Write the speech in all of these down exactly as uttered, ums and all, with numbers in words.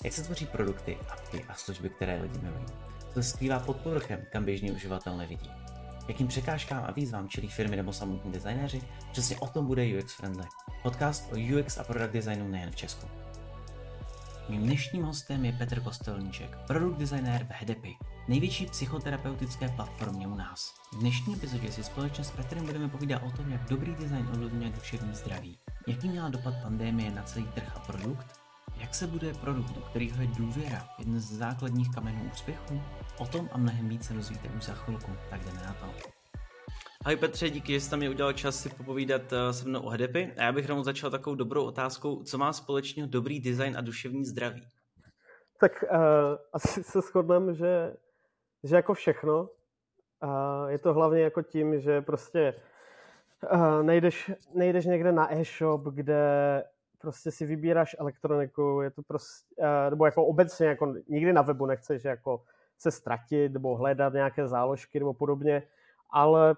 Jak se tvoří produkty, apky a služby, které lidi milují? Co se skrývá pod povrchem, kam běžný uživatel nevidí? Jakým překážkám a výzvám čelí firmy nebo samotní designéři? Přesně o tom bude U X Friendly. Podcast o U X a product designu nejen v Česku. Mým dnešním hostem je Petr Kostelníček, produkt designér v Hedepy, největší psychoterapeutické platformě u nás. V dnešní epizodě si společně s Petrem budeme povídat o tom, jak dobrý design ovlivňuje duševní zdraví, jaký měla dopad pandemie na celý trh a produkt, jak se buduje produkt, u kterého je důvěra, jeden z základních kamenů úspěchu. O tom a mnohem více dozvíte už za chvilku, tak jdeme na to. Ahoj Petře, díky, že jsi tam mi udělal čas si popovídat se mnou o Hedepy. A já bych rovnou začal takovou dobrou otázkou, co má společného dobrý design a duševní zdraví? Tak uh, asi se shodneme, že, že jako všechno. Uh, je to hlavně jako tím, že prostě uh, nejdeš, nejdeš někde na e-shop, kde prostě si vybíráš elektroniku, je to prostě, uh, nebo jako obecně jako nikdy na webu nechceš jako se ztratit nebo hledat nějaké záložky nebo podobně, ale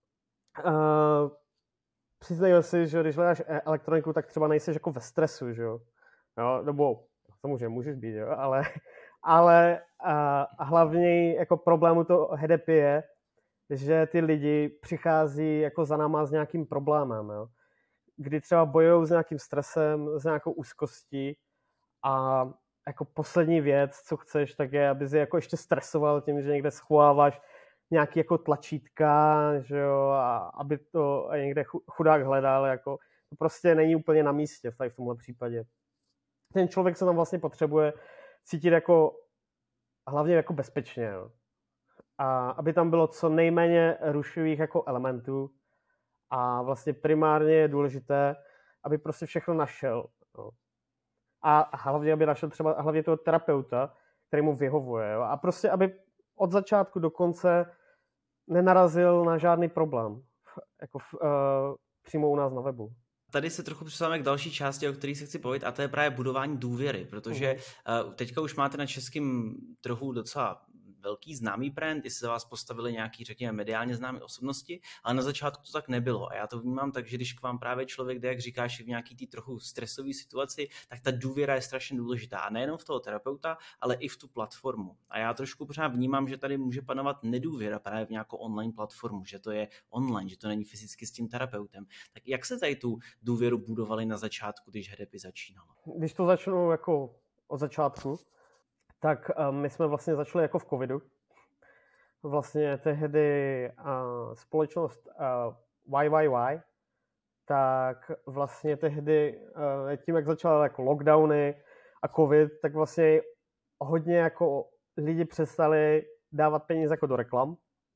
uh, přiznejme si, že když hledáš elektroniku, tak třeba nejseš jako ve stresu, že jo, jo? Nebo samozřejmě můžeš být, jo? ale, ale uh, hlavně jako problému toho Hedepy je, že ty lidi přichází jako za náma s nějakým problémem, jo? Kdy třeba bojují s nějakým stresem, s nějakou úzkostí a jako poslední věc, co chceš, tak je, aby si jako ještě stresoval tím, že někde schováváš nějaký jako tlačítka, že jo, a aby to někde chudák hledal, jako to prostě není úplně na místě v tomhle případě. Ten člověk se tam vlastně potřebuje cítit jako hlavně jako bezpečně, jo. A aby tam bylo co nejméně rušivých jako elementů a vlastně primárně je důležité, aby prostě všechno našel. Jo. A hlavně, aby našel třeba hlavně toho terapeuta, který mu vyhovuje. Jo. A prostě, aby od začátku do konce nenarazil na žádný problém, jako v, uh, přímo u nás na webu. Tady se trochu přesouváme k další části, o které se chci povědět, a to je právě budování důvěry, protože uh, teďka už máte na českém trhu docela velký známý brand, jestli se vás postavili nějaký, řekněme, mediálně známé osobnosti, ale na začátku to tak nebylo a já to vnímám tak, že když k vám právě člověk jde, jak říkáš, v nějaký tý trochu stresové situaci, tak ta důvěra je strašně důležitá a nejenom v toho terapeuta, ale i v tu platformu. A já trošku pořád vnímám, že tady může panovat nedůvěra právě v nějakou online platformu, že to je online, že to není fyzicky s tím terapeutem. Tak jak se tady tu důvěru budovali na začátku, když Hedepy začínalo? Když to začnu jako od začátku, tak uh, my jsme vlastně začali jako v covidu. Vlastně tehdy uh, společnost uh, Y Y Y, tak vlastně tehdy uh, tím, jak začaly jako lockdowny a covid, tak vlastně hodně jako lidi přestali dávat peníze jako do reklam.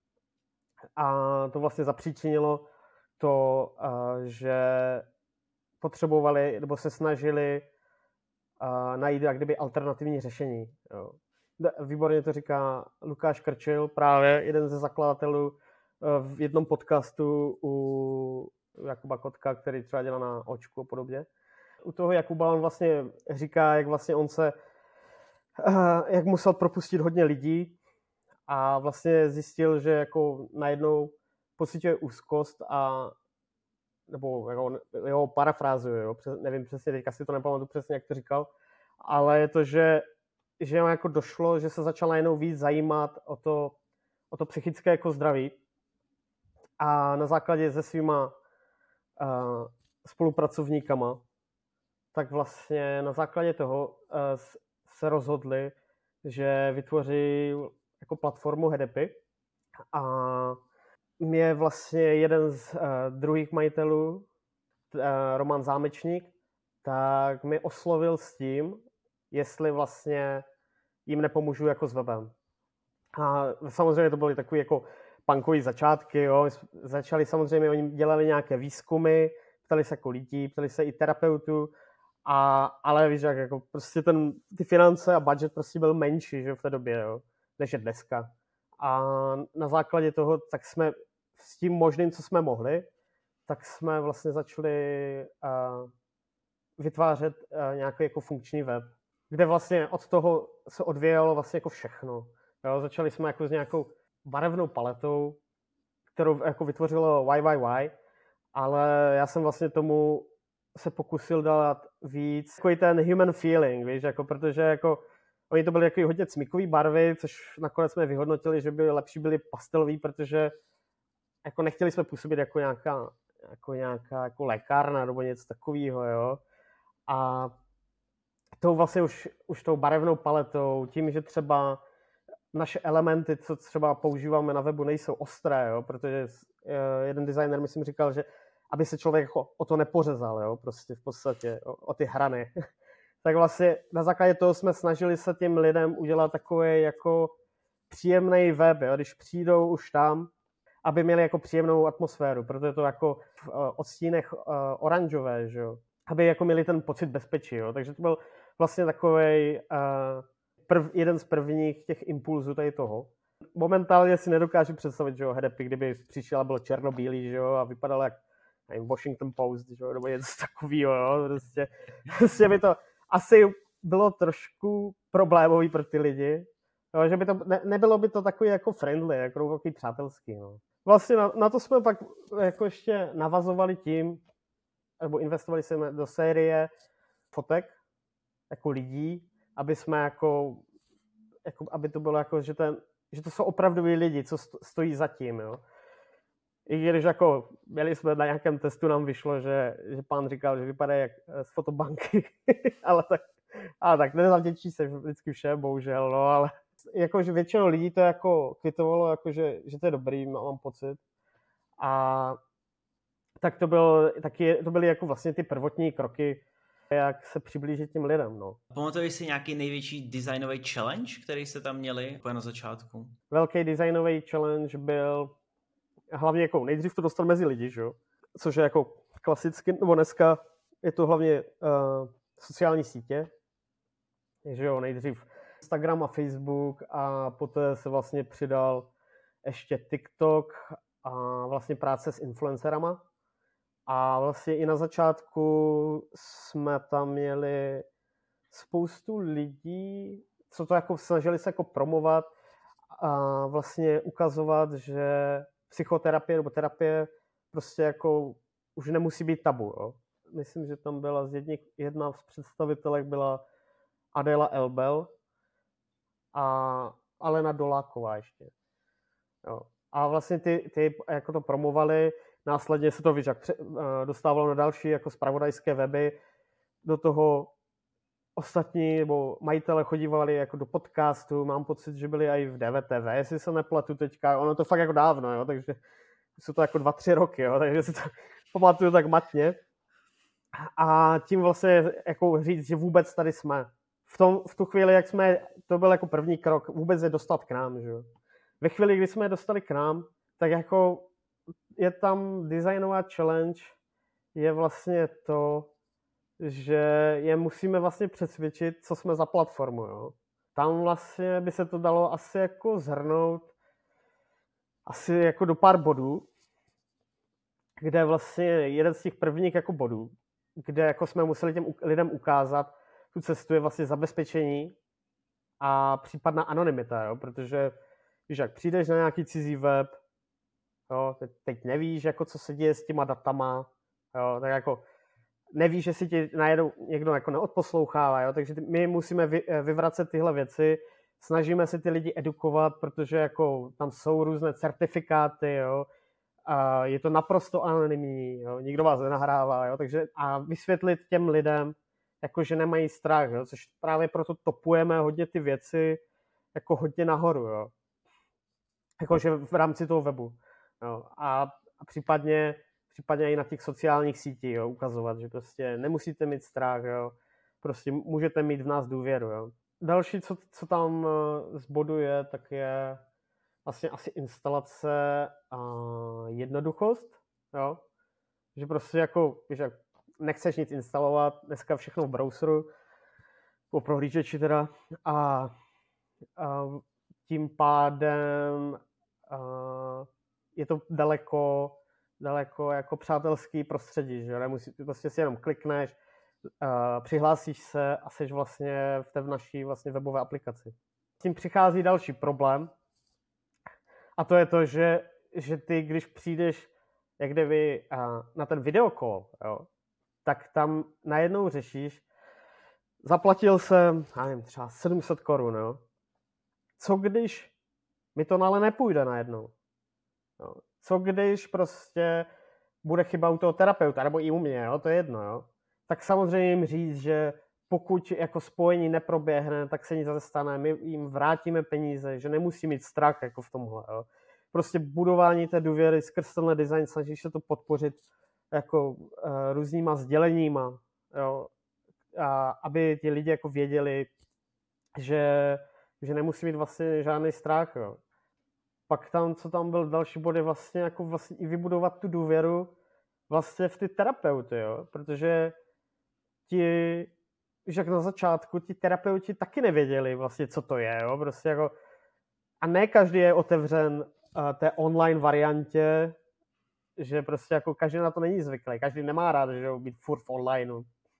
A to vlastně zapříčinilo to, uh, že potřebovali nebo se snažili a najít jak kdyby alternativní řešení. Jo. Výborně to říká Lukáš Krčil, právě jeden ze zakladatelů v jednom podcastu u Jakuba Kotka, který třeba dělá na Očku a podobně. U toho Jakuba on vlastně říká, jak vlastně on se, jak musel propustit hodně lidí a vlastně zjistil, že jako najednou pociťuje úzkost a nebo jako, jeho parafrázuju, jo, nevím přesně, teďka si to nepamatuju přesně, jak to říkal, ale je to, že, že jako došlo, že se začal najednou víc zajímat o to, o to psychické jako zdraví a na základě se svýma uh, spolupracovníkama, tak vlastně na základě toho uh, se rozhodli, že vytvoří jako platformu Hedepy a mě vlastně jeden z uh, druhých majitelů, uh, Roman Zámečník, tak mi oslovil s tím, jestli vlastně jim nepomůžu jako s webem. A samozřejmě to byly takové jako punkový začátky, jo. Začali samozřejmě, oni dělali nějaké výzkumy, ptali se jako lidí, ptali se i terapeutů, a, ale víš, jak jako prostě ten, ty finance a budget prostě byl menší, že v té době, jo, než je dneska. A na základě toho, tak jsme s tím možným, co jsme mohli, tak jsme vlastně začali uh, vytvářet uh, nějaký jako funkční web, kde vlastně od toho se odvíjelo vlastně jako všechno. Jo, začali jsme jako s nějakou barevnou paletou, kterou jako vytvořilo Y Y Y, ale já jsem vlastně tomu se pokusil dát víc takový ten human feeling, víš, jako, protože jako oni to byly takový hodně cmikový barvy, což nakonec jsme vyhodnotili, že by lepší byly pastelový, protože jako nechtěli jsme působit jako nějaká, jako nějaká jako lékárna nebo něco takového, jo. A tou vlastně už, už tou barevnou paletou, tím, že třeba naše elementy, co třeba používáme na webu, nejsou ostré, jo, protože jeden designer, myslím, říkal, že aby se člověk jako o to nepořezal, jo, prostě v podstatě, o, o ty hrany. Tak vlastně na základě toho jsme snažili se těm lidem udělat takový jako příjemný web, jo, když přijdou už tam, aby měli jako příjemnou atmosféru, protože to jako v uh, odstínech uh, oranžové, že jo, aby jako měli ten pocit bezpečí, jo, takže to byl vlastně takový uh, prv, jeden z prvních těch impulzů tady toho. Momentálně si nedokážu představit, že jo, Hedepy, kdyby přišel a bylo černobílý, že jo, a vypadal jak nevím, Washington Post, že jo, nebo něco takového, jo, prostě, prostě by to asi bylo trošku problémový pro ty lidi, jo, že by to, ne, nebylo by to takový jako friendly, jako takový přátelský, no. Vlastně na, na to jsme pak jako ještě navazovali tím, nebo investovali jsme do série fotek, jako lidí, aby jsme jako, jako aby to bylo jako, že, ten, že to jsou opravdoví lidi, co stojí za tím, jo. I když jako měli jsme na nějakém testu, nám vyšlo, že, že pán říkal, že vypadá jak z fotobanky, ale tak, ale tak nezavděčí se vždycky vše, bohužel, no, ale jakože většinou lidí to jako kvitovalo, jako že, že to je dobrý, mám pocit. A tak to, byl, taky, to byly jako vlastně ty prvotní kroky, jak se přiblížit těm lidem, no. Pamatuješ si nějaký největší designový challenge, který jste tam měli jako na začátku? Velký designový challenge byl hlavně jako nejdřív to dostat mezi lidi, že jo? Což je jako klasicky, nebo dneska je to hlavně uh, sociální sítě, že jo, nejdřív Instagram a Facebook a poté se vlastně přidal ještě TikTok a vlastně práce s influencerama. A vlastně i na začátku jsme tam měli spoustu lidí, co to jako snažili se jako promovat a vlastně ukazovat, že psychoterapie nebo terapie prostě jako už nemusí být tabu. Jo. Myslím, že tam byla z jedných, jedna z představitelek byla Adela Elbel a Alena Doláková ještě. Jo. A vlastně ty, ty jako to promovali, následně se to víš, jak dostávalo na další jako zpravodajské weby, do toho ostatní nebo majitele chodívali jako do podcastu, mám pocit, že byli i v D V T V, jestli se nepletu teďka, ono to fakt jako dávno, jo, takže jsou to jako dva, tři roky, jo, takže si to pamatuju tak matně. A tím vlastně jako říct, že vůbec tady jsme. V, tom, v tu chvíli, jak jsme, to byl jako první krok, vůbec je dostat k nám, že jo. Ve chvíli, kdy jsme je dostali k nám, tak jako je tam designová challenge, je vlastně to, že je musíme vlastně přesvědčit, co jsme za platformu, jo. Tam vlastně by se to dalo asi jako zhrnout asi jako do pár bodů, kde vlastně jeden z těch prvních jako bodů, kde jako jsme museli těm lidem ukázat tu cestu, je vlastně zabezpečení a případná anonymita, jo, protože víš, jak přijdeš na nějaký cizí web, jo, teď nevíš, jako co se děje s těma datama, jo, tak jako nevíš, že si ti najednou někdo jako neodposlouchává, jo? Takže my musíme vy, vyvracet tyhle věci, snažíme se ty lidi edukovat, protože jako tam jsou různé certifikáty, jo? A je to naprosto anonymní, jo? Nikdo vás nenahrává, jo? Takže a vysvětlit těm lidem, jako že nemají strach, jo? Což právě proto topujeme hodně ty věci jako hodně nahoru, jo? Jakože v rámci toho webu, jo? A, a případně případně i na těch sociálních sítích, jo, ukazovat, že prostě nemusíte mít strach, jo, prostě můžete mít v nás důvěru, jo. Další, co, co tam z bodu je, tak je vlastně asi instalace a jednoduchost, jo, že prostě jako, že nechceš nic instalovat, dneska všechno v browseru, po prohlížeči teda, a, a tím pádem a je to daleko daleko jako přátelský prostředí, že nemusí, prostě si jenom klikneš, uh, přihlásíš se a jsi vlastně v té v naší vlastně webové aplikaci. S tím přichází další problém a to je to, že, že ty, když přijdeš jak kdyby uh, na ten videokol, jo, tak tam najednou řešíš, zaplatil jsem, já nevím, třeba sedm set korun, jo. Co když mi to ale nepůjde najednou? Jo. Co když prostě bude chyba u toho terapeuta, nebo i u mě, jo, to je jedno, jo. Tak samozřejmě jim říct, že pokud jako spojení neproběhne, tak se nic nestane, my jim vrátíme peníze, že nemusí mít strach jako v tomhle, jo. Prostě budování té důvěry skrz tenhle design, snažíš se to podpořit jako uh, různýma sděleníma, jo, a aby ti lidi jako věděli, že, že nemusí mít vlastně žádný strach, jo. Pak tam, co tam byl další bod, je vlastně jako vlastně i vybudovat tu důvěru vlastně v ty terapeuty, jo, protože ti, že jak na začátku ti terapeuti taky nevěděli vlastně, co to je, jo, prostě jako a ne každý je otevřen uh, té online variantě, že prostě jako každý na to není zvyklý, každý nemá rád, že jo, být furt v onlineu.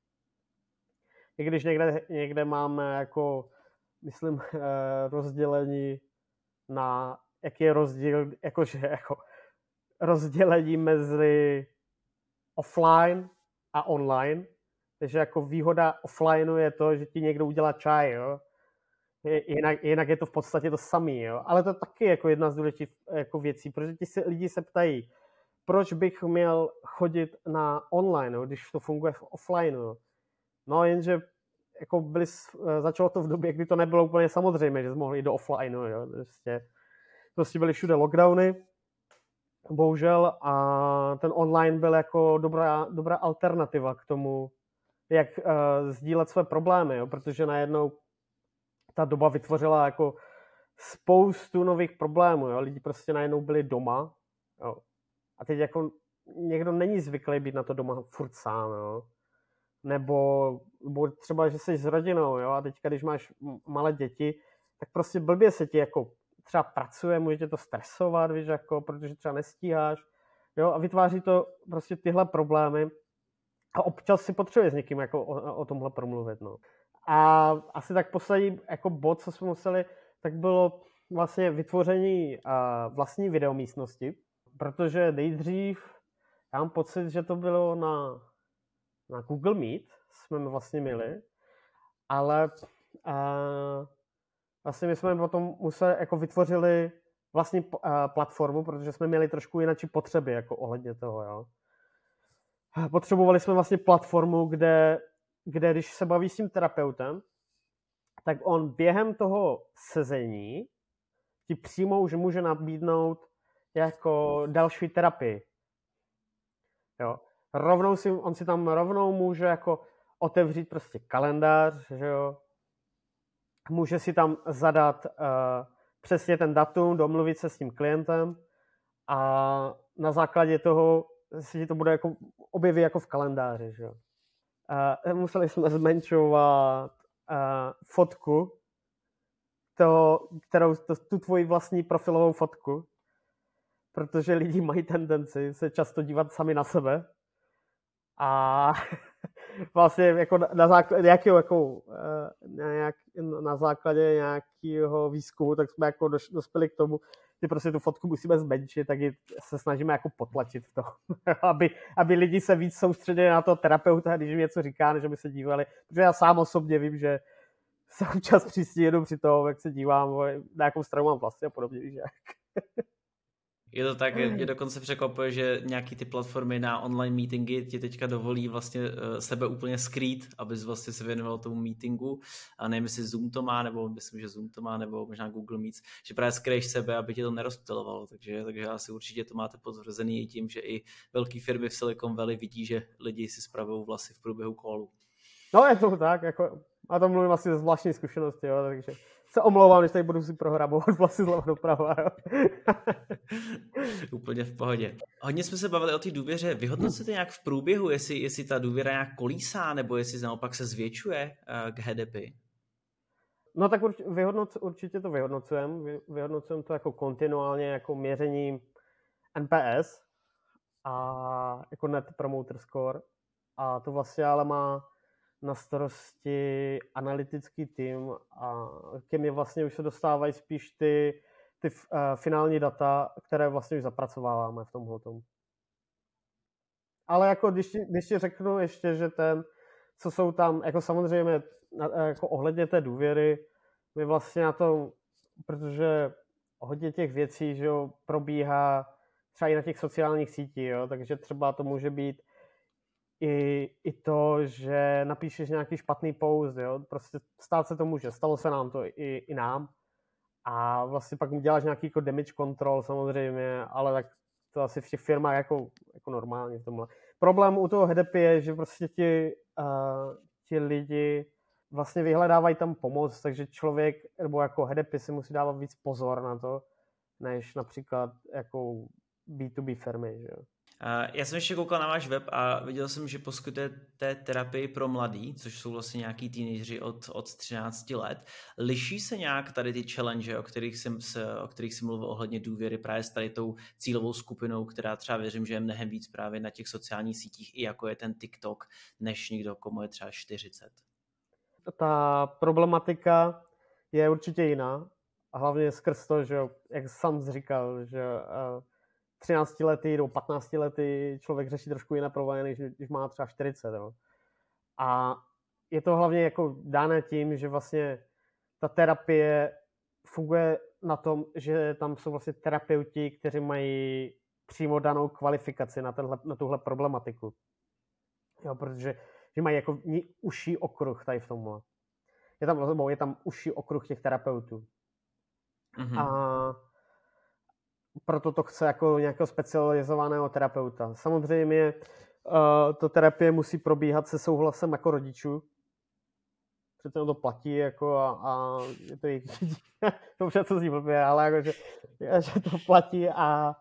I když někde, někde máme jako, myslím, uh, rozdělení na, jaký je rozdíl, jakože jako rozdělení mezi offline a online. Takže jako výhoda offlineu je to, že ti někdo udělá čaj, jo. Jinak, jinak je to v podstatě to samé, jo. Ale to je taky jako jedna z důležitých jako věcí, protože ti se, lidi se ptají, proč bych měl chodit na online, jo, když to funguje v offlineu. Jo. No jenže jako byli, začalo to v době, kdy to nebylo úplně samozřejmé, že jsme mohli jít do offlineu, jo. Prostě, prostě byly všude lockdowny, bohužel, a ten online byl jako dobrá, dobrá alternativa k tomu, jak uh, sdílet své problémy, jo? Protože najednou ta doba vytvořila jako spoustu nových problémů, jo? Lidi prostě najednou byli doma, jo? A teď jako někdo není zvyklý být na to doma furt sám, jo? Nebo, nebo třeba, že jsi s rodinou, jo? A teďka, když máš malé děti, tak prostě blbě se ti jako třeba pracuje, může tě to stresovat, víš, jako, protože třeba nestíháš, jo? A vytváří to prostě tyhle problémy. A občas si potřebuje s někým jako o, o tomhle promluvit. No. A asi tak poslední jako bod, co jsme museli, tak bylo vlastně vytvoření uh, vlastní videomístnosti, protože nejdřív, já mám pocit, že to bylo na, na Google Meet, jsme vlastně měli, ale uh, vlastně my jsme potom museli, jako vytvořili vlastní uh, platformu, protože jsme měli trošku jináčí potřeby jako ohledně toho, jo. Potřebovali jsme vlastně platformu, kde, kde když se baví s tím terapeutem, tak on během toho sezení ti přímo už může nabídnout jako další terapii. Jo. Rovnou si, on si tam rovnou může jako otevřít prostě kalendář, že jo. Může si tam zadat uh, přesně ten datum, domluvit se s tím klientem a na základě toho si ti to bude jako objeví jako v kalendáři, že jo. Uh, museli jsme zmenšovat uh, fotku, to, kterou, to, tu tvoji vlastní profilovou fotku, protože lidi mají tendenci se často dívat sami na sebe a vlastně jako na, na základě nějakého jako, uh, nějak, na základě nějakého výzkumu, tak jsme jako doš, dospěli k tomu, že prostě tu fotku musíme zmenšit, tak ji se snažíme jako potlačit v tom, aby, aby lidi se víc soustředili na toho terapeuta, když mi něco říká, než by se dívali, protože já sám osobně vím, že se občas přistíhnu při tom, jak se dívám, na jakou stranu mám vlastně a podobně, víš jak. Je to tak, mě dokonce překvapuje, že nějaký ty platformy na online meetingy ti teďka dovolí vlastně sebe úplně skrýt, abys vlastně se věnoval tomu meetingu. A nevím, jestli Zoom to má, nebo myslím, že Zoom to má, nebo možná Google Meets, že právě skryješ sebe, aby tě to nerozptylovalo. Takže, takže asi určitě to máte potvrzený i tím, že i velké firmy v Silicon Valley vidí, že lidi si spravují vlasy v průběhu callu. No je to tak, jako, a to mluvím asi ze zvláštní zkušenosti, jo, takže se omlouvám, když tady budu si prohrabovat vlasy zleva doprava. Jo. Úplně v pohodě. Hodně jsme se bavili o té důvěře. Vyhodnocujete nějak v průběhu, jestli, jestli ta důvěra nějak kolísá, nebo jestli naopak se zvětšuje uh, k H D P? No tak urč, vyhodnoc, určitě to vyhodnocujeme. Vyhodnocujeme to jako kontinuálně, jako měření N P S a jako Net Promoter Score. A to vlastně ale má na starosti analytický tým a ke mně vlastně už se dostávají spíš ty, ty uh, finální data, které vlastně už zapracováváme v tomhletom. ale jako když ti, když ti řeknu ještě, že ten, co jsou tam, jako samozřejmě jako ohledně té důvěry, my vlastně na to, protože hodně těch věcí, že jo, probíhá třeba i na těch sociálních sítích, jo, takže třeba to může být i, i to, že napíšeš nějaký špatný post, jo, prostě stát se to může, stalo se nám to i, i nám a vlastně pak děláš nějaký jako damage control samozřejmě, ale tak to asi v těch firmách jako, jako normálně v tomhle. Problém u toho H D P je, že prostě ti, uh, ti lidi vlastně vyhledávají tam pomoc, takže člověk, nebo jako H D P si musí dávat víc pozor na to, než například jako B to B firmy, že jo. Já jsem ještě koukal na váš web a viděl jsem, že poskytujete terapii pro mladý, což jsou vlastně nějaký teenageři od, od třinácti let. Liší se nějak tady ty challenge, o kterých jsem, se, o kterých jsem mluvil ohledně důvěry právě s tady tou cílovou skupinou, která třeba věřím, že je mnohem víc právě na těch sociálních sítích, i jako je ten TikTok, než někdo, komu je třeba čtyřicet? Ta problematika je určitě jiná. A hlavně skrz to, že jak sám říkal, že třináctiletý nebo patnáctiletý člověk řeší trošku jiné problémy, než když má třeba čtyřicet. Jo. A je to hlavně jako dané tím, že vlastně ta terapie funguje na tom, že tam jsou vlastně terapeuti, kteří mají přímo danou kvalifikaci na, tenhle, na tuhle problematiku. Jo, protože že mají jako užší okruh tady v tomhle. Je tam, je tam užší okruh těch terapeutů. Mm-hmm. A proto to chce jako nějakého specializovaného terapeuta. Samozřejmě uh, to terapie musí probíhat se souhlasem jako rodičů. Přece to platí jako a, a je to jejich dobře, co zní blbě, ale jako, že, že to platí a,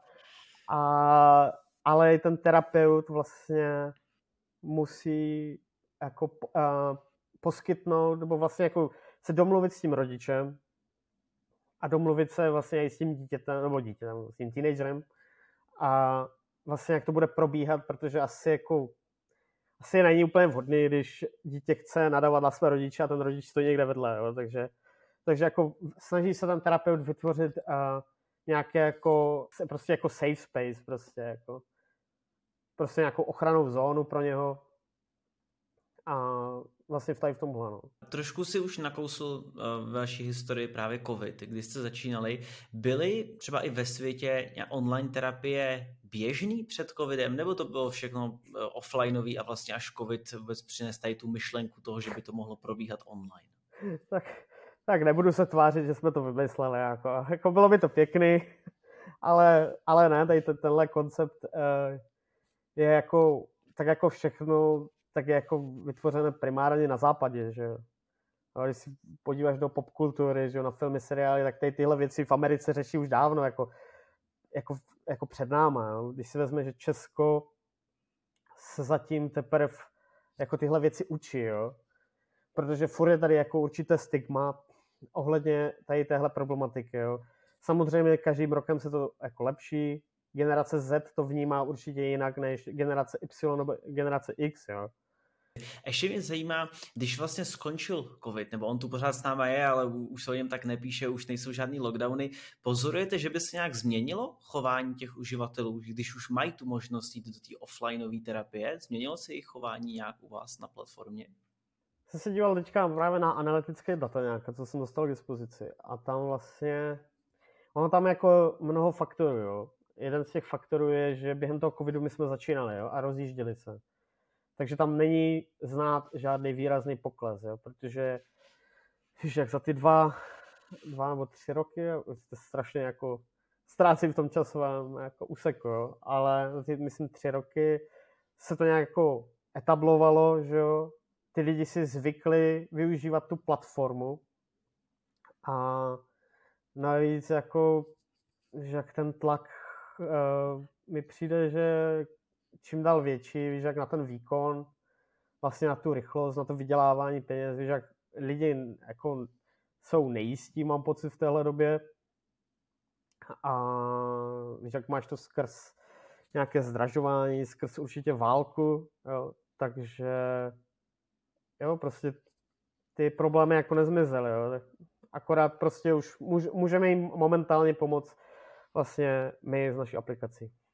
a ale ten terapeut vlastně musí jako uh, poskytnout, nebo vlastně jako se domluvit s tím rodičem a domluvit se vlastně i s tím dítětem, nebo dítětem, s tím teenagerem a vlastně jak to bude probíhat, protože asi jako asi není úplně vhodný, když dítě chce nadávat na své rodiče a ten rodič stojí někde vedle, jo? Takže, takže jako snaží se ten terapeut vytvořit uh, nějaké jako, prostě jako safe space, prostě jako prostě nějakou ochrannou zónu pro něho a vlastně v tomhle. No. Trošku si už nakousl v vaší historii právě COVID, kdy jste začínali. Byly třeba i ve světě online terapie běžný před covidem, nebo to bylo všechno offlineový a vlastně až covid vůbec přines tady tu myšlenku toho, že by to mohlo probíhat online? Tak, tak nebudu se tvářit, že jsme to vymysleli. Jako, jako bylo by to pěkný, ale, ale ne, tady tenhle koncept uh, je jako, tak jako všechno, tak je jako vytvořené primárně na západě, že jo. Když si podíváš do popkultury, že jo, na filmy, seriály, tak tady tyhle věci v Americe řeší už dávno, jako, jako, jako před náma. Jo. Když si vezme, že Česko se zatím teprve jako tyhle věci učí, jo. Protože furt je tady jako určité stigma ohledně tady téhle problematiky, jo. Samozřejmě každým rokem se to jako lepší, generace Z to vnímá určitě jinak než generace Y nebo generace X, jo. Ještě mě zajímá, když vlastně skončil covid, nebo on tu pořád s náma je, ale už se o něm tak nepíše, už nejsou žádný lockdowny, pozorujete, že by se nějak změnilo chování těch uživatelů, když už mají tu možnost jít do té offlineové terapie? Změnilo se jejich chování nějak u vás na platformě? Jsem se díval teďka právě na analytické data nějaké, co jsem dostal k dispozici a tam vlastně, ono tam jako mnoho faktorů, jo. Jeden z těch faktorů je, že během toho covidu my jsme začínali, jo, a rozjížděli se. Takže tam není znát žádný výrazný pokles, jo, protože jak za ty dva, dva nebo tři roky, jste strašně jako ztrácím v tom časovém jako úseku, jo, ale za ty, myslím, tři roky se to nějak jako etablovalo, že jo, ty lidi si zvykli využívat tu platformu a navíc jako, že jak ten tlak uh, mi přijde, že čím dál větší, víš, jak na ten výkon, vlastně na tu rychlost, na to vydělávání peněz, víš, jak lidi jako jsou nejistí, mám pocit v téhle době a víš, jak máš to skrz nějaké zdražování, skrz určitě válku, jo, takže jo, prostě ty problémy jako nezmizely, jo, akorát prostě už můž, můžeme jim momentálně pomoct vlastně my z naší aplikací.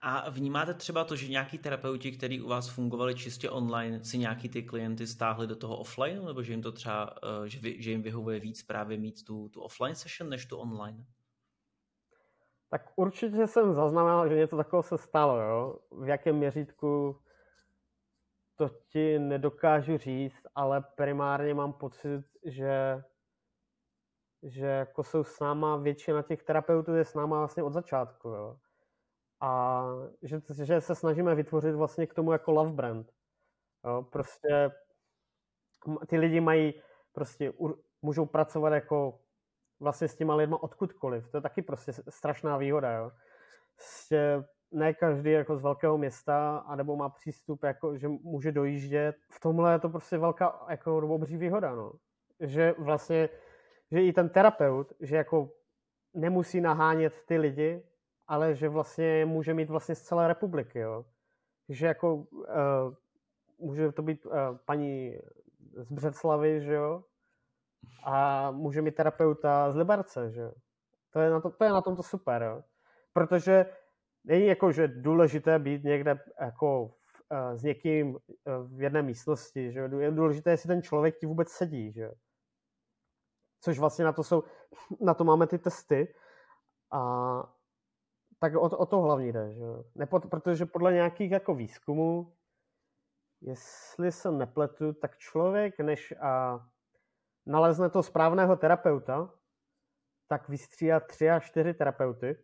A vnímáte třeba to, že nějaký terapeuti, kteří u vás fungovali čistě online, si nějaký ty klienty stáhli do toho offline, nebo že jim to třeba, eh, že, vy, že jim vyhovuje víc právě mít tu, tu offline session než tu online? Tak určitě jsem zaznamenal, že něco takového se stalo, jo. V jakém měřítku to ti nedokážu říct, ale primárně mám pocit, že, že jako jsou s náma, většina těch terapeutů je s náma vlastně od začátku, jo. A že, že se snažíme vytvořit vlastně k tomu jako love brand. Jo. Prostě ty lidi mají, prostě můžou pracovat jako vlastně s těma lidma odkudkoliv. To je taky prostě strašná výhoda, jo. Prostě ne každý jako z velkého města, anebo má přístup, jako, že může dojíždět. V tomhle je to prostě velká, jako obří výhoda, no. Že vlastně, že i ten terapeut, že jako nemusí nahánět ty lidi, ale že vlastně může mít vlastně z celé republiky, jo. Že jako uh, může to být uh, paní z Břeclavy, že jo, a může mít terapeuta z Liberce, že jo. To je na, to, to je na tom to super, jo. Protože není jako, že důležité být někde jako v, uh, s někým uh, v jedné místnosti, že jo. Je důležité, jestli ten člověk ti vůbec sedí, že jo. Což vlastně na to jsou, na to máme ty testy a tak o, o to hlavní jde, že jo. Nepod, protože podle nějakých jako výzkumů, jestli se nepletu, tak člověk, než a nalezne to správného terapeuta, tak vystřídá tři a čtyři terapeuty.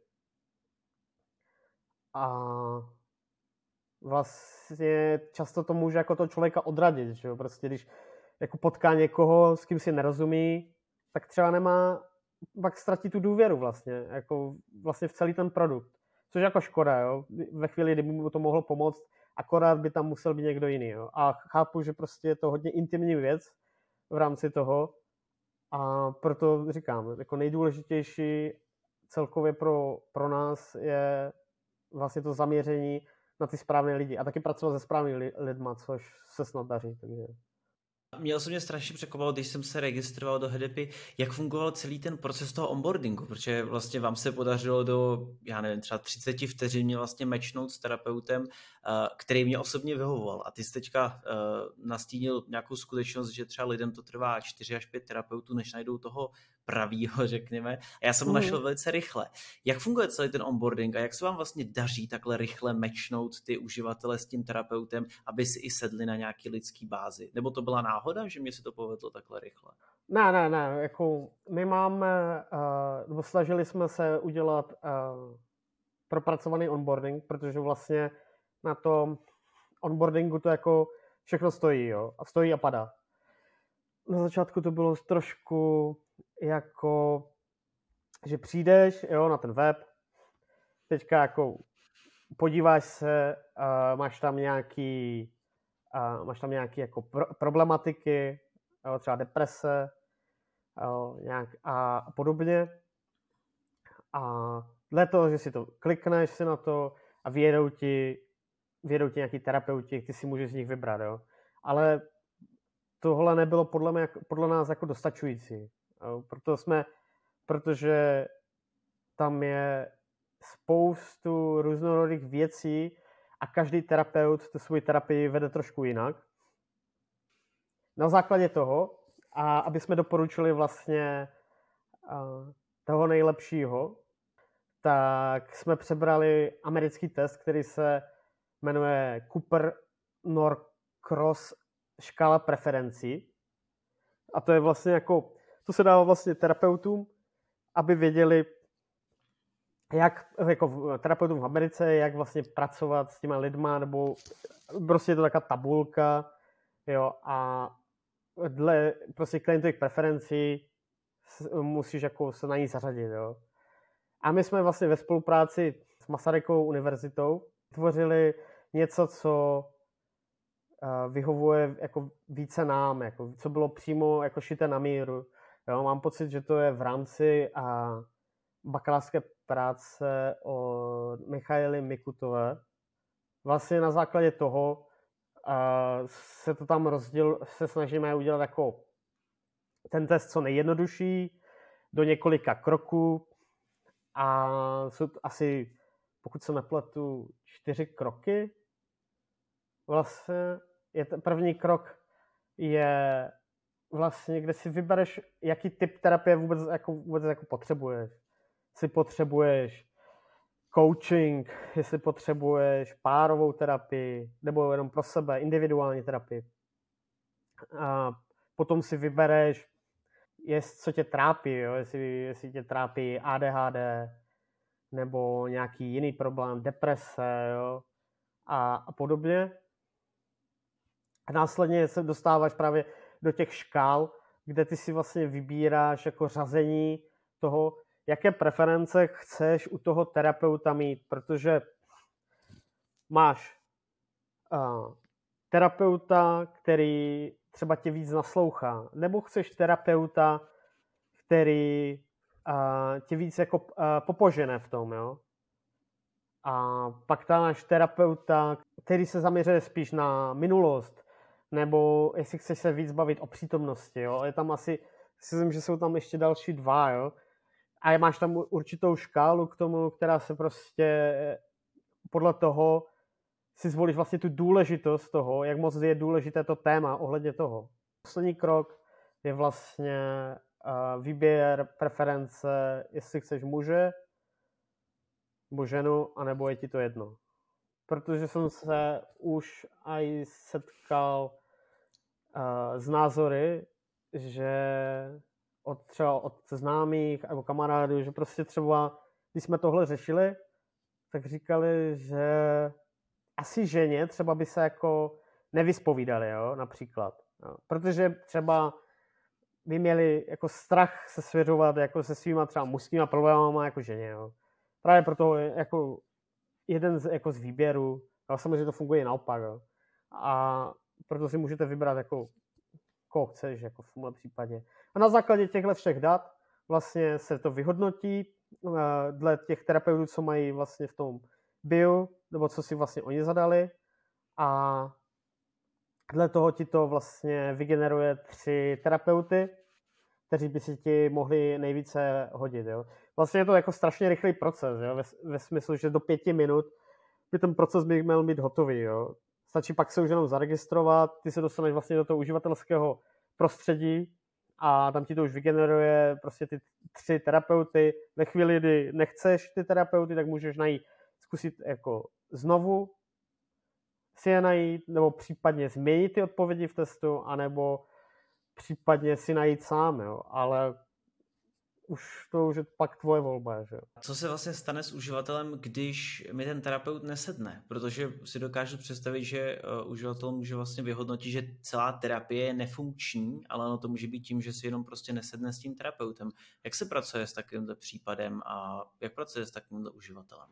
A vlastně často to může jako toho člověka odradit, že jo. Prostě když jako potká někoho, s kým si nerozumí, tak třeba nemá, pak ztratí tu důvěru vlastně, jako vlastně v celý ten produkt. Což je jako škoda, jo. Ve chvíli, kdy mu to mohlo pomoct, akorát by tam musel být někdo jiný, jo. A chápu, že prostě je to hodně intimní věc v rámci toho a proto říkám, jako nejdůležitější celkově pro, pro nás je vlastně to zaměření na ty správné lidi a taky pracovat se správnými lidma, což se snad daří, takže... Mě osobně strašně překvapilo, když jsem se registroval do Hedepy, jak fungoval celý ten proces toho onboardingu, protože vlastně vám se podařilo do, já nevím, třeba třicet vteřin mě vlastně matchnout s terapeutem, který mě osobně vyhovoval. A ty jsi teďka nastínil nějakou skutečnost, že třeba lidem to trvá čtyři až pět terapeutů, než najdou toho pravýho, řekněme. A já jsem ho našel velice rychle. Jak funguje celý ten onboarding a jak se vám vlastně daří takhle rychle matchnout ty uživatele s tím terapeutem, aby si i sedli na nějaký lidský bázi? Nebo to byla náhoda, že mě se to povedlo takhle rychle? Ne, ne, ne. Jako my máme, uh, snažili jsme se udělat uh, propracovaný onboarding, protože vlastně na tom onboardingu to jako všechno stojí, jo. A stojí a padá. Na začátku to bylo trošku jako, že přijdeš, jo, na ten web, teďka jako podíváš se, uh, máš tam nějaký, uh, máš tam nějaký jako pro, problematiky, jo, třeba deprese, jo, nějak a podobně. A dle toho, že si to klikneš si na to a vyjedou ti, vyjedou ti nějaký terapeuti, ty si můžeš z nich vybrat, jo. Ale tohle nebylo podle, mě, podle nás jako dostačující. Jo. Proto jsme, protože tam je spoustu různorodých věcí a každý terapeut tu svou terapii vede trošku jinak. Na základě toho, a aby jsme doporučili vlastně uh, toho nejlepšího, tak jsme přebrali americký test, který se jmenuje Cooper-Norcross škála preferencí. A to je vlastně jako, to se dává vlastně terapeutům, aby věděli, jak jako terapeutům v Americe, jak vlastně pracovat s těma lidma, nebo prostě je to taková tabulka, jo, a dle prostě klientových preferencí musíš jako se na ní zařadit, jo. A my jsme vlastně ve spolupráci s Masarykovou univerzitou tvořili něco, co vyhovuje jako více nám, jako, co bylo přímo jako šité na míru. Jo, mám pocit, že to je v rámci a bakalářské práce o Michaili Mikutové. Vlastně na základě toho a se to tam rozděl, se snažíme udělat jako ten test co nejjednodušší, do několika kroků a jsou asi pokud se nepletu, čtyři kroky. Vlastně je ten první krok je vlastně, kde si vybereš, jaký typ terapie vůbec jako, vůbec jako potřebuješ. Jestli potřebuješ coaching, jestli potřebuješ párovou terapii, nebo jenom pro sebe, individuální terapii. A potom si vybereš, jest, co tě trápí, jo? Jestli, jestli tě trápí A D H D, nebo nějaký jiný problém, deprese, jo? A, a podobně. A následně se dostáváš právě do těch škál, kde ty si vlastně vybíráš jako řazení toho, jaké preference chceš u toho terapeuta mít, protože máš uh, terapeuta, který třeba tě víc naslouchá, nebo chceš terapeuta, který uh, tě víc jako uh, popožene v tom, jo? A pak tam máš terapeuta, který se zaměřuje spíš na minulost, nebo jestli chceš se víc bavit o přítomnosti, jo? Je tam asi, myslím, že jsou tam ještě další dva, jo? A máš tam určitou škálu k tomu, která se prostě podle toho si zvolíš vlastně tu důležitost toho, jak moc je důležité to téma ohledně toho. Poslední krok je vlastně uh, výběr preference, jestli chceš muže, nebo ženu, anebo je ti to jedno. Protože jsem se už aj setkal uh, s názory, že od třeba od známých nebo kamarádů, že prostě třeba, když jsme tohle řešili, tak říkali, že asi ženě třeba by se jako nevyspovídali, jo, například. Jo. Protože třeba by měli jako strach se svěřovat jako se svýma třeba mužskýma problémama jako ženě, jo. Právě proto jako jeden z, jako z výběrů, ale samozřejmě to funguje i naopak, jo. A proto si můžete vybrat jako koho chceš, jako v tomhle případě. A na základě těchto všech dat vlastně se to vyhodnotí dle těch terapeutů, co mají vlastně v tom bio, nebo co si vlastně oni zadali. A dle toho ti to vlastně vygeneruje tři terapeuty, kteří by si ti mohli nejvíce hodit. Jo. Vlastně je to jako strašně rychlý proces, jo, ve, ve smyslu, že do pěti minut by ten proces by měl být hotový. Jo. Stačí pak se už jenom zaregistrovat, ty se dostaneš vlastně do toho uživatelského prostředí a tam ti to už vygeneruje prostě ty tři terapeuty. Ve chvíli, kdy nechceš ty terapeuty, tak můžeš najít, zkusit jako znovu si je najít, nebo případně změnit ty odpovědi v testu, anebo případně si najít sám, jo. Ale už to už je pak tvoje volba, že jo. Co se vlastně stane s uživatelem, když mi ten terapeut nesedne? Protože si dokážu představit, že uh, uživatel může vlastně vyhodnotit, že celá terapie je nefunkční, ale ono to může být tím, že si jenom prostě nesedne s tím terapeutem. Jak se pracuje s takovýmto případem a jak pracuje s takovýmto uživatelem?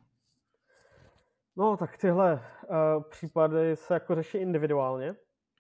No, tak tyhle uh, případy se jako řeší individuálně.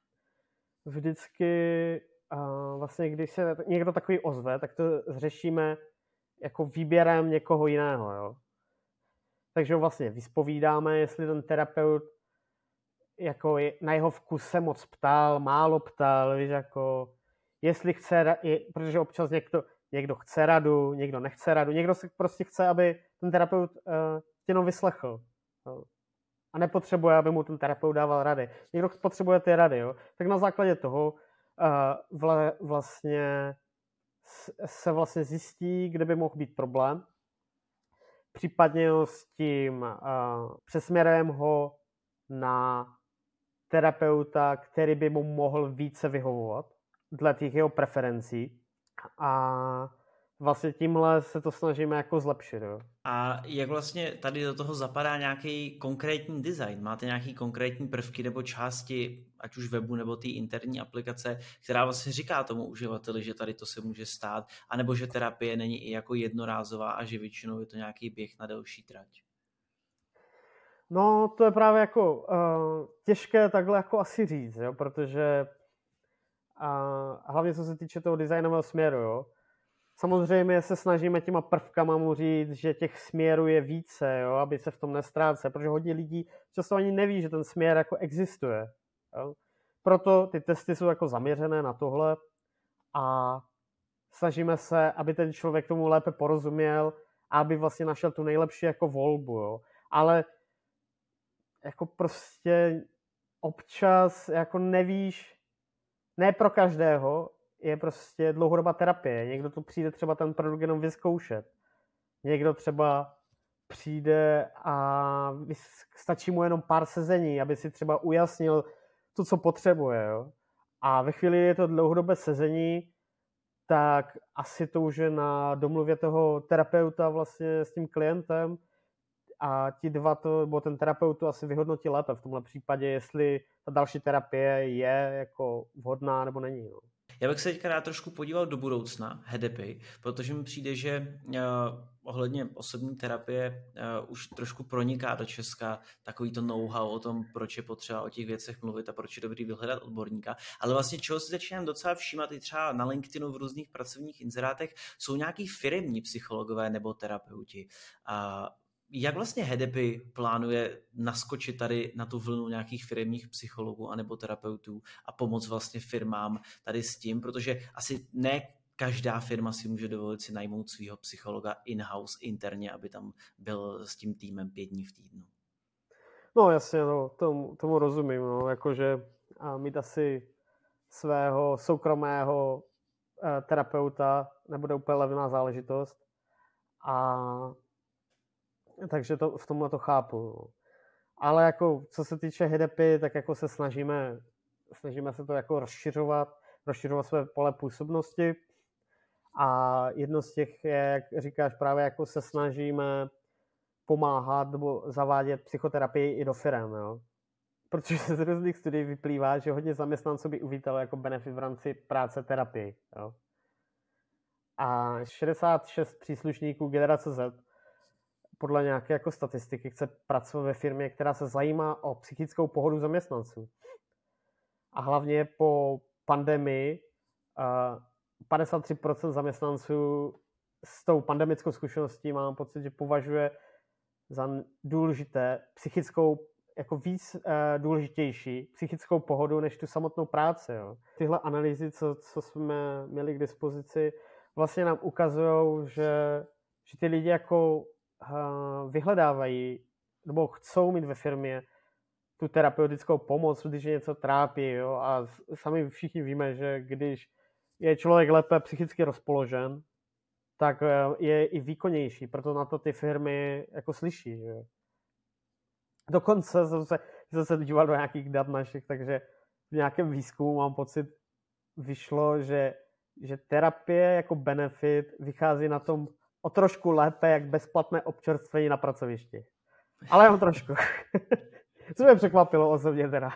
Vždycky uh, vlastně, když se někdo takový ozve, tak to řešíme jako výběrem někoho jiného, jo. Takže vlastně vyspovídáme, jestli ten terapeut jako je, na jeho vkus se moc ptal, málo ptal, víš, jako jestli chce, je, protože občas někdo, někdo chce radu, někdo nechce radu, někdo se prostě chce, aby ten terapeut uh, tě jenom vyslechl. Jo. A nepotřebuje, aby mu ten terapeut dával rady. Někdo potřebuje ty rady, jo. Tak na základě toho uh, vla, vlastně se vlastně zjistí, kde by mohl být problém. Případně ho s tím uh, přesměrujeme ho na terapeuta, který by mu mohl více vyhovovat dle těch jeho preferencí. A vlastně tímhle se to snažíme jako zlepšit. Jo. A jak vlastně tady do toho zapadá nějaký konkrétní design? Máte nějaký konkrétní prvky nebo části, ať už webu nebo té interní aplikace, která vlastně říká tomu uživateli, že tady to se může stát, anebo že terapie není i jako jednorázová a že většinou je to nějaký běh na delší trať? No, to je právě jako uh, těžké takhle jako asi říct, jo, protože uh, hlavně co se týče toho designového směru, jo. Samozřejmě se snažíme těma prvkama mu říct, že těch směrů je více, jo, aby se v tom nestrácel, protože hodně lidí často ani neví, že ten směr jako existuje. Jo. Proto ty testy jsou jako zaměřené na tohle a snažíme se, aby ten člověk tomu lépe porozuměl a aby vlastně našel tu nejlepší jako volbu. Jo. ale jako prostě občas jako nevíš, ne pro každého je prostě dlouhodobá terapie. Někdo tu přijde třeba ten produkt jenom vyzkoušet. Někdo třeba přijde a stačí mu jenom pár sezení, aby si třeba ujasnil to, co potřebuje. Jo? A ve chvíli je to dlouhodobé sezení, tak asi to už je na domluvě toho terapeuta vlastně s tím klientem a ti dva to, nebo ten terapeut to asi vyhodnotí lépe v tomhle případě, jestli ta další terapie je jako vhodná nebo není. No. Já bych se teďka rád trošku podíval do budoucna Hedepy, protože mi přijde, že uh, ohledně osobní terapie uh, už trošku proniká do Česka takový to know-how o tom, proč je potřeba o těch věcech mluvit a proč je dobrý vyhledat odborníka. Ale vlastně čeho si začínám docela všímat i třeba na LinkedInu v různých pracovních inzerátech, jsou nějaký firemní psychologové nebo terapeuti. Uh, Jak vlastně Hedepy plánuje naskočit tady na tu vlnu nějakých firemních psychologů anebo terapeutů a pomoct vlastně firmám tady s tím, protože asi ne každá firma si může dovolit si najmout svého psychologa in-house interně, aby tam byl s tím týmem pět dní v týdnu. No jasně, no, tomu, tomu rozumím, no, jakože a mít asi svého soukromého eh, terapeuta nebude úplně levná záležitost a takže to, v tomhle to chápu. No. Ale jako, co se týče Hedepy, tak jako se snažíme, snažíme se to jako rozšiřovat, rozšiřovat své pole působnosti. A jedno z těch je, jak říkáš, právě jako se snažíme pomáhat nebo zavádět psychoterapii i do firem. Jo. Protože z různých studií vyplývá, že hodně zaměstnanců by uvítalo jako benefit v rámci práce terapii. Jo. A šedesát šest příslušníků generace Z podle nějaké jako statistiky chce pracovat ve firmě, která se zajímá o psychickou pohodu zaměstnanců. A hlavně po pandemii padesát tři procent zaměstnanců s tou pandemickou zkušeností mám pocit, že považuje za důležité psychickou, jako víc uh, důležitější psychickou pohodu než tu samotnou práci. Jo. Tyhle analýzy, co, co jsme měli k dispozici, vlastně nám ukazují, že, že ty lidi jako vyhledávají nebo chcou mít ve firmě tu terapeutickou pomoc, když je něco trápí. Jo? A sami všichni víme, že když je člověk lépe psychicky rozpoložen, tak je i výkonnější, proto na to ty firmy jako slyší. Že? Dokonce jsem se, jsem se díval do nějakých dat našich, takže v nějakém výzkumu mám pocit, vyšlo, že, že terapie jako benefit vychází na tom o trošku lépe, jak bezplatné občerstvení na pracovišti. Ale jenom trošku. Co mě překvapilo osobně teda.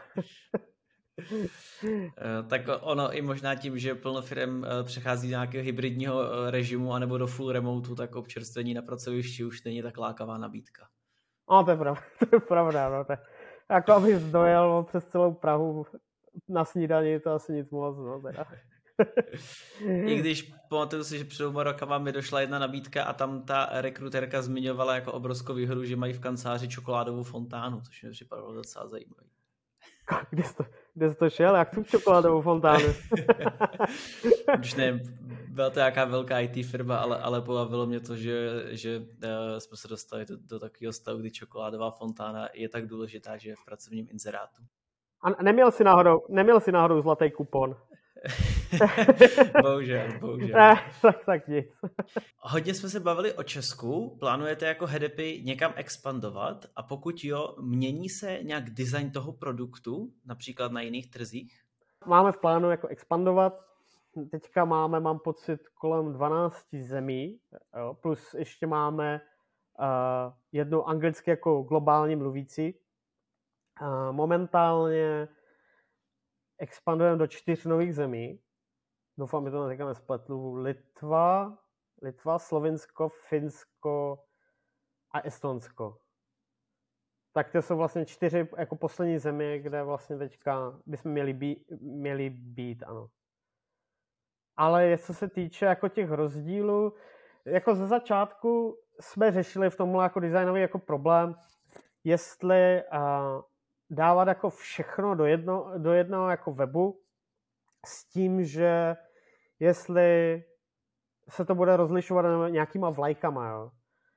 Tak ono i možná tím, že plno firem přechází do nějakého hybridního režimu anebo do full remotu, tak občerstvení na pracovišti už není tak lákavá nabídka. No, to je pravda. To je pravda. No. To je, jako abych dojel přes celou Prahu na snídani, to asi nic moc. No, teda. I když pamatuju si, že před dvěma rokama mi došla jedna nabídka a tam ta rekrutérka zmiňovala jako obrovskou výhodu, že mají v kanceláři čokoládovou fontánu, což mi připadalo docela zajímavé. Kde jsi to, kde jsi to šel? Jak tu čokoládovou fontánu? Už ne, byla to nějaká velká í té firma, ale, ale pobavilo mě to, že, že uh, jsme se dostali do, do takového stavu, kdy čokoládová fontána je tak důležitá, že je v pracovním inzerátu. A neměl jsi náhodou, neměl jsi náhodou zlatý kupon? bohužel, bohužel. Ne, tak, tak nic. Hodně jsme se bavili o Česku. Plánujete jako Hedepy někam expandovat? A pokud jo, mění se nějak design toho produktu, například na jiných trzích? Máme v plánu jako expandovat. Teďka máme, mám pocit, kolem dvanáct zemí. Jo, plus ještě máme uh, jednu anglicky jako globálně mluvící. Uh, momentálně expandujeme do čtyř nových zemí. Doufám, že to teďka nespletlu. Litva, Litva, Slovinsko, Finsko a Estonsko. Tak to jsou vlastně čtyři jako poslední země, kde vlastně teďka bychom měli být, měli být, ano. Ale co se týče jako těch rozdílů, jako ze začátku jsme řešili v tomhle jako designový jako problém, jestli uh, dávat jako všechno do, jedno, do jednoho jako webu s tím, že jestli se to bude rozlišovat nějakýma vlajkama, jo.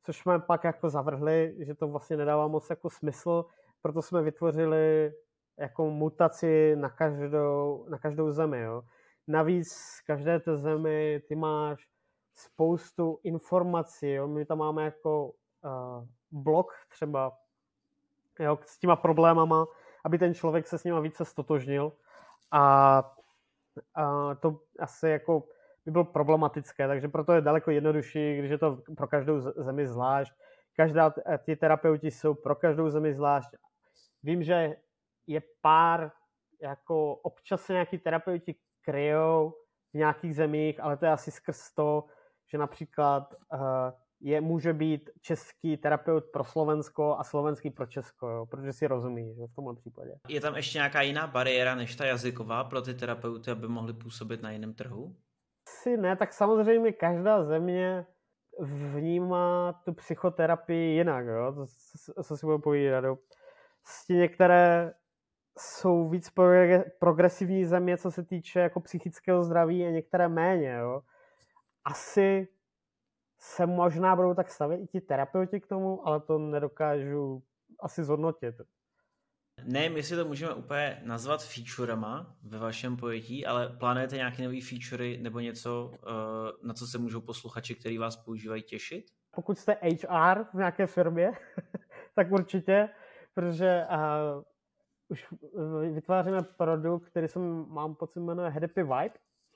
což jsme pak jako zavrhli, že to vlastně nedává moc jako smysl, proto jsme vytvořili jako mutaci na každou, na každou zemi. Jo. Navíc z každé té zemi ty máš spoustu informací. Jo. My tam máme jako uh, blok třeba, jo, s těma problémama, aby ten člověk se s nima více stotožnil. A, a to asi jako by bylo problematické, takže proto je daleko jednodušší, když je to pro každou zemi zvlášť. Každá, ty terapeuti jsou pro každou zemi zvlášť. Vím, že je pár, jako občas se nějaký terapeuti kryjou v nějakých zemích, ale to je asi skrz to, že například uh, je, může být český terapeut pro Slovensko a slovenský pro Česko, jo, protože si rozumí, že v tomhle případě. Je tam ještě nějaká jiná bariéra než ta jazyková pro ty terapeuty, aby mohli působit na jiném trhu? Si ne, tak samozřejmě každá země vnímá tu psychoterapii jinak, jo, to, co, co si budu povídat. Jo. Některé jsou víc progresivní země, co se týče jako psychického zdraví, a některé méně. Jo. Asi se možná budou tak stavět i ti terapeuti k tomu, ale to nedokážu asi zhodnotit. Nevím, jestli to můžeme úplně nazvat featurema ve vašem pojetí, ale plánujete nějaké nové featurey nebo něco, na co se můžou posluchači, kteří vás používají, těšit? Pokud jste H R v nějaké firmě, tak určitě, protože uh, už vytváříme produkt, který jsem, mám pocit, jmenuje Happy Vibe.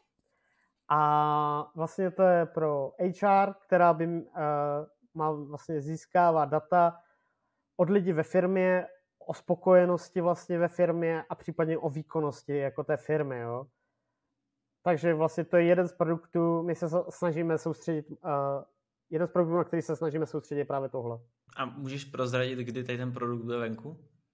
A vlastně to je pro H R, která by uh, má vlastně získává data od lidí ve firmě, o spokojenosti vlastně ve firmě a případně o výkonnosti jako té firmy. Jo. Takže vlastně to je jeden z produktů, my se snažíme soustředit, uh, jeden z produktů, na který se snažíme soustředit, je právě tohle. A můžeš prozradit, kdy tady ten produkt bude venku?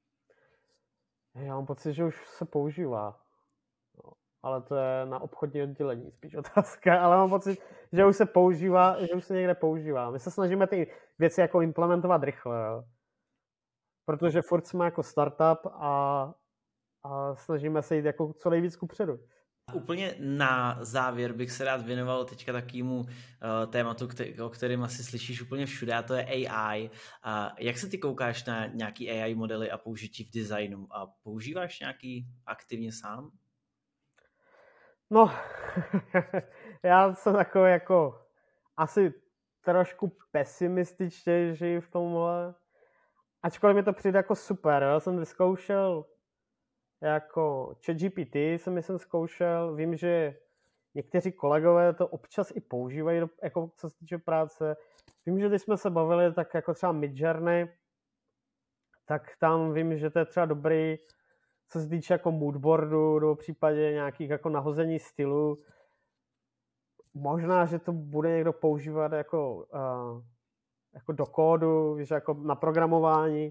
Já mám pocit, že už se používá. No, ale to je na obchodní oddělení spíš otázka, ale mám pocit, že už se používá, že už se někde používá. My se snažíme ty věci jako implementovat rychle, jo. Protože furt jsme jako startup a, a snažíme se jít jako co nejvíc kupředu. Úplně na závěr bych se rád věnoval teďka takovému uh, tématu, který, o kterém asi slyšíš úplně všude, a to je A I. A jak se ty koukáš na nějaký A I modely a použití v designu? A používáš nějaký aktivně sám? No, já jsem takový jako asi trošku pesimističtější v tomhle. Ačkoliv mi to přijde jako super, já jsem vyzkoušel jako ChatGPT, jsem jsem zkoušel, vím, že někteří kolegové to občas i používají, jako co se týče práce. Vím, že když jsme se bavili, tak jako třeba Midjourney, tak tam vím, že to je třeba dobrý, co se týče jako moodboardu, nebo v případě nějakých jako nahození stylu. Možná, že to bude někdo používat jako, uh, jako do kódu, víš, jako na programování,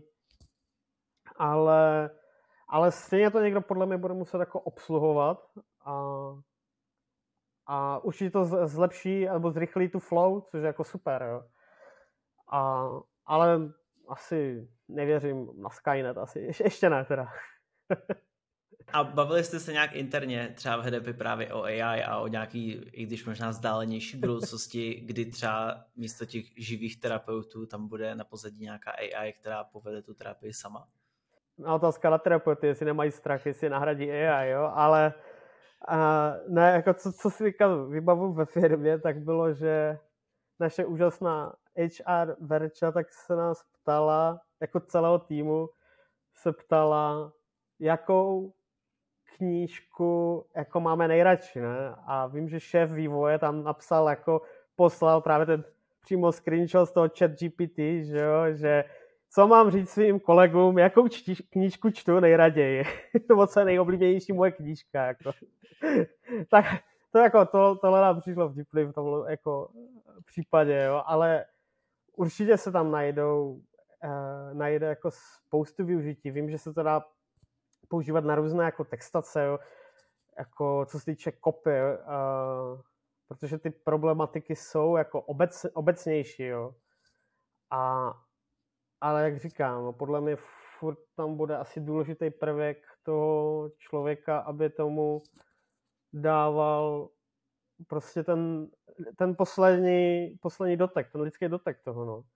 ale, ale stejně to někdo podle mě bude muset jako obsluhovat a, a určitě to zlepší nebo zrychlí tu flow, což je jako super, jo. A, ale asi nevěřím na Skynet, asi Ješ, ještě ne teda. A bavili jste se nějak interně třeba v Hedepy právě o A I a o nějaký, i když možná vzdálenější budoucnosti, kdy třeba místo těch živých terapeutů tam bude na pozadí nějaká A I, která povede tu terapii sama? No, otázka na terapeuty, jestli nemají strach, jestli nahradí A I, jo, ale a ne, jako co, co si říkal, vybavu ve firmě, tak bylo, že naše úžasná H R Verča tak se nás ptala, jako celého týmu, se ptala, jakou knížku jako máme nejradši, ne? A vím, že šéf vývoje tam napsal, jako poslal právě ten přímo screenshot z toho ChatGPT, že jo, že co mám říct svým kolegům, jakou čti, knížku čtu nejraději, nebo co je nejoblíbenější moje knížka, jako. Tak to jako, to, tohle nám přišlo vtipný v tomhle jako případě, jo, ale určitě se tam najdou, uh, najde jako spoustu využití. Vím, že se to dá používat na různé jako textace, jo, jako co se týče copy, uh, protože ty problematiky jsou jako obec, obecnější, jo. A, ale jak říkám, no, podle mě furt tam bude asi důležitý prvek toho člověka, aby tomu dával prostě ten, ten poslední, poslední dotek, ten lidský dotek toho, no.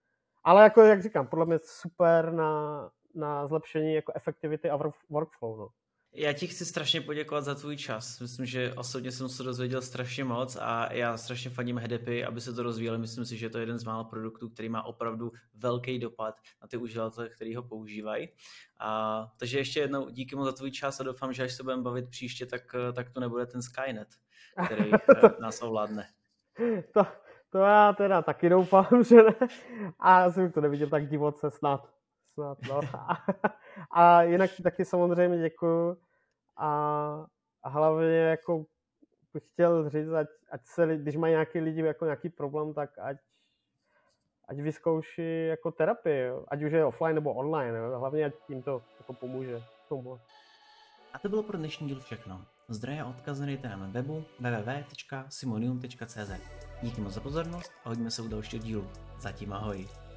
Ale jako jak říkám, podle mě super na, na zlepšení jako efektivity a workflow. No. Já ti chci strašně poděkovat za tvůj čas. Myslím, že osobně jsem se dozvěděl strašně moc a já strašně fandím Hedepy, aby se to rozvíjelo. Myslím si, že je to jeden z mála produktů, který má opravdu velký dopad na ty uživatele, který ho používají. A, takže ještě jednou díky moc za tvůj čas a doufám, že až se budeme bavit příště, tak, tak to nebude ten Skynet, který nás ovládne. To, to já teda taky doufám, že ne. A já jsem to neviděl tak divoce snad. snad no. a, a jinak taky samozřejmě děkuju. A, a hlavně jako bych chtěl říct, ať, ať se, když mají nějaký lidi jako nějaký problém, tak ať, ať vyzkouší jako terapii, jo. Ať už je offline nebo online, jo. Hlavně ať tím to jako pomůže v tomhle. A to bylo pro dnešní díl všechno. Zdroje a odkazy najdete na mém webu w w w tečka simonium tečka c z. Díky moc za pozornost a hodíme se u dalšího dílu. Zatím ahoj.